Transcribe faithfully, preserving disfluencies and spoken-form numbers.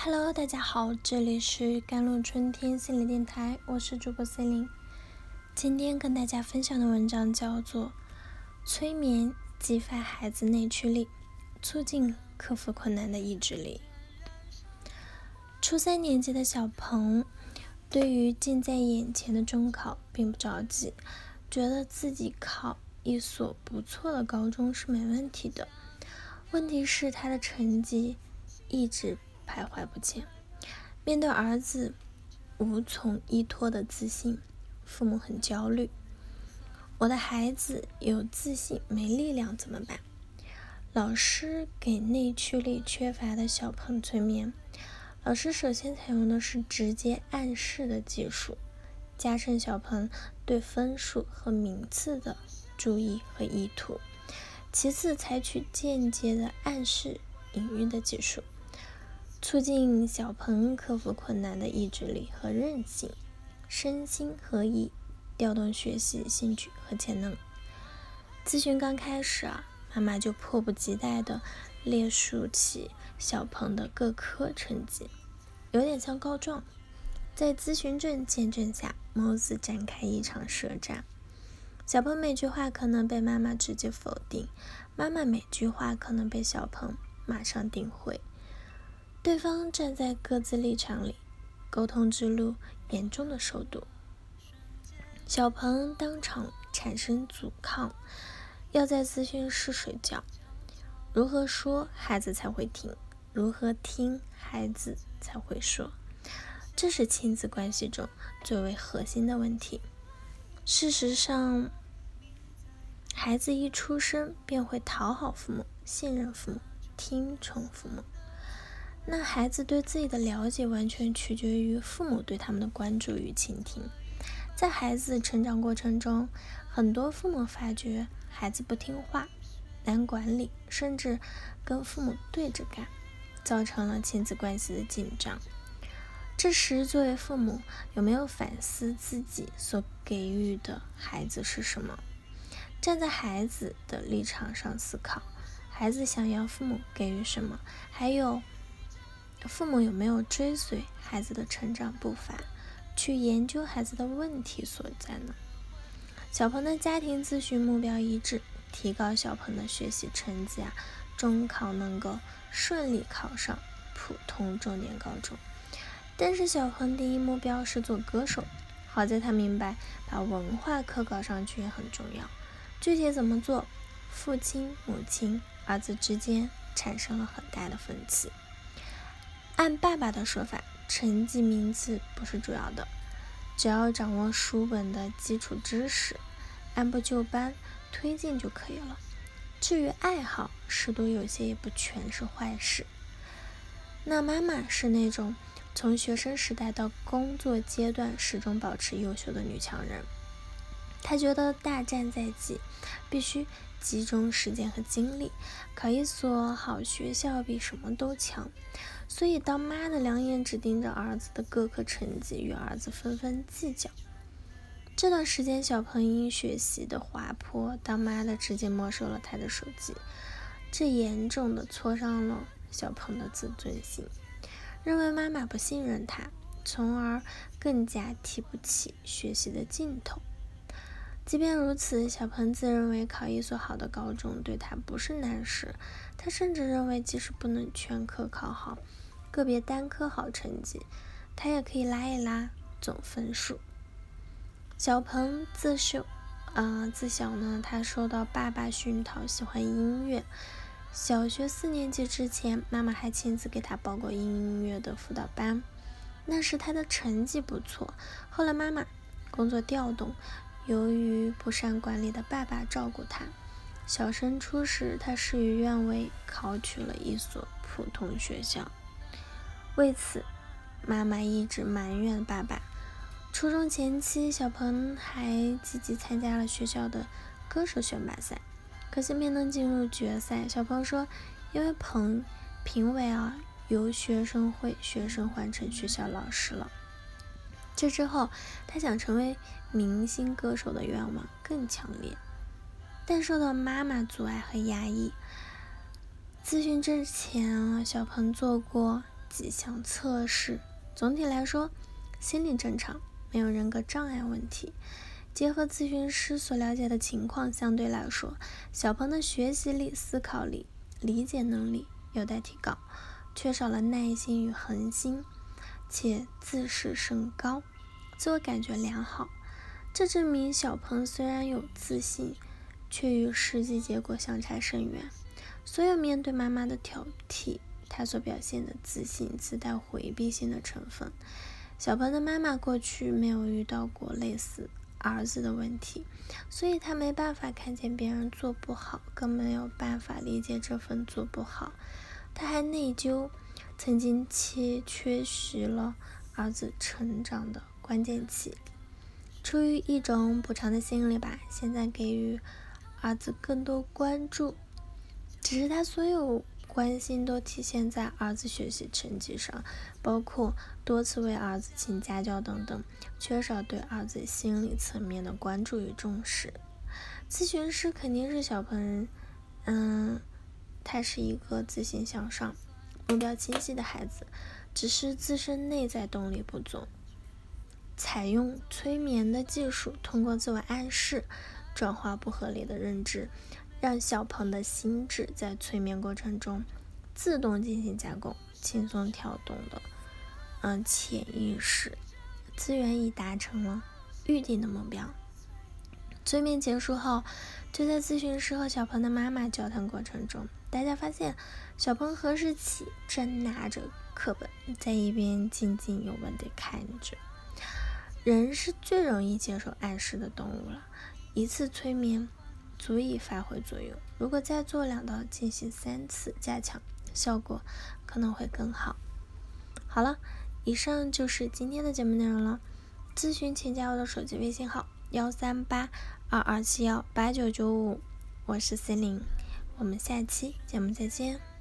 Hello， 大家好，这里是甘露春天心理电台，我是主播 Celine。今天跟大家分享的文章叫做催眠激发孩子内驱力，促进克服困难的意志力。初三年级的小鹏对于近在眼前的中考并不着急，觉得自己考一所不错的高中是没问题的。问题是他的成绩一直徘徊不前，面对儿子无从依托的自信，父母很焦虑。我的孩子有自信没力量怎么办？老师给内驱力缺乏的小鹏催眠。老师首先采用的是直接暗示的技术，加深小鹏对分数和名次的注意和意图。其次采取间接的暗示隐喻的技术，促进小鹏克服困难的意志力和韧性，身心合一，调动学习兴趣和潜能。咨询刚开始啊，妈妈就迫不及待地列述起小鹏的各科成绩，有点像告状。在咨询证见证下，母子展开一场舌战。小鹏每句话可能被妈妈直接否定，妈妈每句话可能被小鹏马上顶回。对方站在各自立场里，沟通之路严重的受阻。小鹏当场产生阻抗，要在咨询室睡觉。如何说孩子才会听？如何听孩子才会说？这是亲子关系中最为核心的问题。事实上，孩子一出生便会讨好父母、信任父母、听从父母。那孩子对自己的了解完全取决于父母对他们的关注与倾听。在孩子成长过程中，很多父母发觉孩子不听话、难管理，甚至跟父母对着干，造成了亲子关系的紧张。这时作为父母，有没有反思自己所给予的孩子是什么？站在孩子的立场上思考，孩子想要父母给予什么？还有父母有没有追随孩子的成长步伐，去研究孩子的问题所在呢？小鹏的家庭咨询目标一致，提高小鹏的学习成绩啊，中考能够顺利考上普通重点高中。但是小鹏第一目标是做歌手，好在他明白把文化课搞上去也很重要。具体怎么做，父亲、母亲、儿子之间产生了很大的分歧。按爸爸的说法，成绩名次不是主要的，只要掌握书本的基础知识，按部就班推进就可以了。至于爱好，适度有些也不全是坏事。那妈妈是那种从学生时代到工作阶段始终保持优秀的女强人，她觉得大战在即，必须集中时间和精力，考一所好学校比什么都强。所以当妈的两眼只盯着儿子的各科成绩，与儿子纷纷计较。这段时间小鹏因学习的滑坡，当妈的直接没收了他的手机，这严重的挫伤了小鹏的自尊心，认为妈妈不信任他，从而更加提不起学习的劲头。即便如此，小鹏自认为考一所好的高中对他不是难事，他甚至认为即使不能全科考好，个别单科好成绩，他也可以拉一拉总分数。小鹏自秀啊、呃，自小呢，他受到爸爸熏陶，喜欢音乐。小学四年级之前，妈妈还亲自给他报过音乐的辅导班，那时他的成绩不错。后来妈妈工作调动，由于不善管理的爸爸照顾他，小升初时他事与愿违，考取了一所普通学校。为此，妈妈一直埋怨爸爸。初中前期，小鹏还积极参加了学校的歌手选拔赛，可惜没能进入决赛。小鹏说，因为彭评委啊由学生会学生换成学校老师了。这之后，他想成为明星歌手的愿望更强烈，但受到妈妈阻碍和压抑。咨询之前啊，小鹏做过几项测试。总体来说，心理正常，没有人格障碍问题。结合咨询师所了解的情况，相对来说，小鹏的学习力、思考力、理解能力有待提高，缺少了耐心与恒心，且自视甚高，自我感觉良好。这证明小鹏虽然有自信，却与实际结果相差甚远。所有面对妈妈的挑剔，他所表现的自信自带回避性的成分。小鹏的妈妈过去没有遇到过类似儿子的问题，所以他没办法看见别人做不好，更没有办法理解这份做不好。他还内疚，曾经缺缺席了儿子成长的关键期。出于一种补偿的心理吧，现在给予儿子更多关注，只是他所有关心都体现在儿子学习成绩上，包括多次为儿子请家教等等，缺少对儿子心理层面的关注与重视。咨询师肯定是小鹏，嗯，他是一个自信向上、目标清晰的孩子，只是自身内在动力不足。采用催眠的技术，通过自我暗示转化不合理的认知，让小鹏的心智在催眠过程中自动进行加工，轻松调动的嗯潜意识资源已达成了预定的目标。催眠结束后，就在咨询师和小鹏的妈妈交谈过程中，大家发现小鹏何时起正拿着课本在一边津津有味地看着。人是最容易接受暗示的动物了，一次催眠足以发挥作用，如果再做两到进行三次加强，效果可能会更好。好了，以上就是今天的节目内容了。咨询请加我的手机微信号幺三八二二七幺八九九五，我是 C 零，我们下期节目再见。